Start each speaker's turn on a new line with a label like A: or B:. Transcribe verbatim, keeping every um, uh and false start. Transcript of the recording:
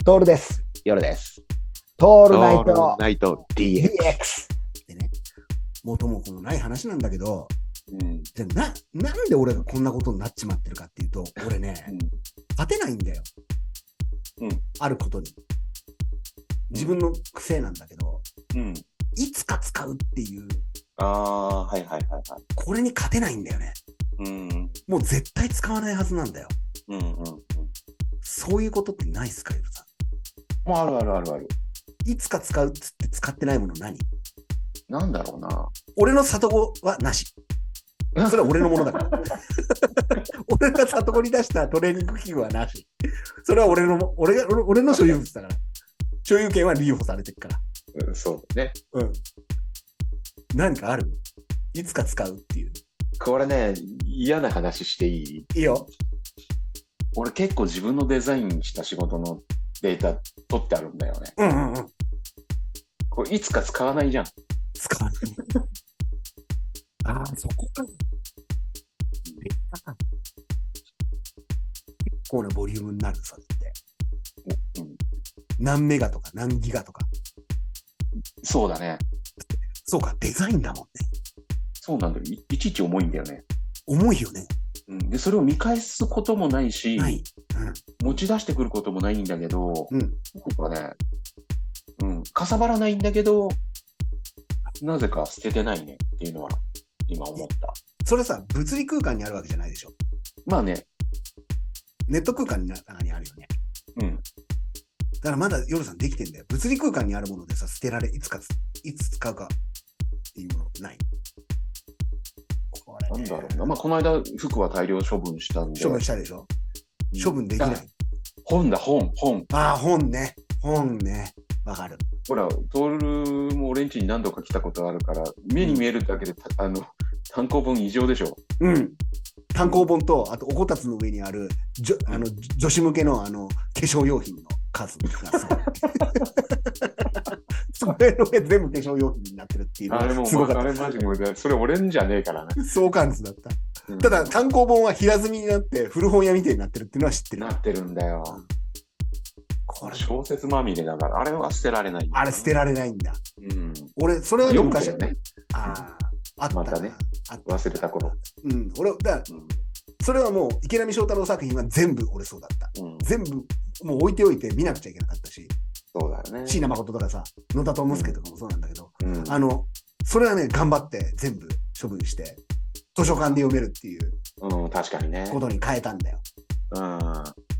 A: トールです。
B: 夜です。
A: トールナイ
B: オール
A: ト
B: ナイト ディーエックス。
A: ディーエックス でね、元も子もない話なんだけど、
B: うん、
A: じゃあな、なんで俺がこんなことになっちまってるかっていうと、俺ね、
B: うん、
A: 勝てないんだよ。
B: うん、
A: あることに。自分の癖なんだけど、
B: うん。
A: いつか使うっていう、
B: ああ、はいはいはいはい。
A: これに勝てないんだよね。
B: うん、
A: もう絶対使わないはずなんだよ。
B: うん、うん。
A: そういうことってないっすか、ゆるさ
B: もうあるあるあるある。
A: ん。いつか使うっつって使ってないもの何？
B: なんだろうな。
A: 俺の里子はなし。それは俺のものだから。俺が里子に出したトレーニング器具はなし。それは俺の、俺が、俺俺の所有物だから。所有権は留保されてるから。
B: うん、そうね。
A: うん。何かある？いつか使うっていう。
B: これね、嫌な話していい？
A: いいよ。
B: 俺結構自分のデザインした仕事のデータ取ってあるんだよね。
A: うんうんうん。
B: これいつか使わないじゃん。
A: 使わない。ああ、そこか。結構なボリュームになるさって。
B: うん、
A: 何メガとか何ギガとか。
B: そうだね。
A: そうか、デザインだもんね。
B: そうなんだよ。い、いちいち重いんだよね。
A: 重いよね。
B: うん、で、それを見返すこともないし、
A: ない。
B: 持ち出してくることもないんだけど、
A: うん。うん。
B: なんかね、うん、かさばらないんだけど、なぜか捨ててないねっていうのは今思った。
A: それさ、物理空間にあるわけじゃないでしょ。
B: まあね、
A: ネット空間の中にあるよね。
B: うん。
A: だからまだ夜さんできてんだよ。物理空間にあるものでさ、捨てられ、いつかつ、いつ使うかっていうものってない。これね、
B: なんだろうな。まあ、この間、服は大量処分したんで。
A: 処分したでしょ。処分できない。
B: 本だ、本、本。
A: ああ、本ね。本ね。わかる。
B: ほら、トールも俺ん家に何度か来たことあるから、目に見えるだけで、あの、単行本異常でしょ。
A: うん。単行本と、あと、おこたつの上にある、じょあの女子向けのあの化粧用品の数がすごい。それの上全部化粧用品になってるっていうの
B: あれも、
A: すごかった。
B: あれマジもう、それ俺んじゃねえからね。
A: 相関図だった。
B: うん、
A: ただ、単行本は平積みになって古本屋みたいになってるっていうのは知ってる。
B: なってるんだよ。
A: これ
B: 小説まみれだから、あれは捨てられない。
A: あれ捨てられないんだ。
B: うん。
A: 俺、それは昔
B: よんね。
A: ああ、あった。
B: またね。忘れた頃。
A: うん。俺、だうん、それはもう池波正太郎作品は全部俺そうだった。うん、全部もう置いておいて見なくちゃいけなかったし。
B: そうだよね。
A: 椎名誠とかさ、野田智介とかもそうなんだけど、
B: うん、
A: あの、それはね、頑張って全部処分して、図書館で読めるっていう、
B: うん、確かにね。
A: ことに変えたんだよ。
B: うん。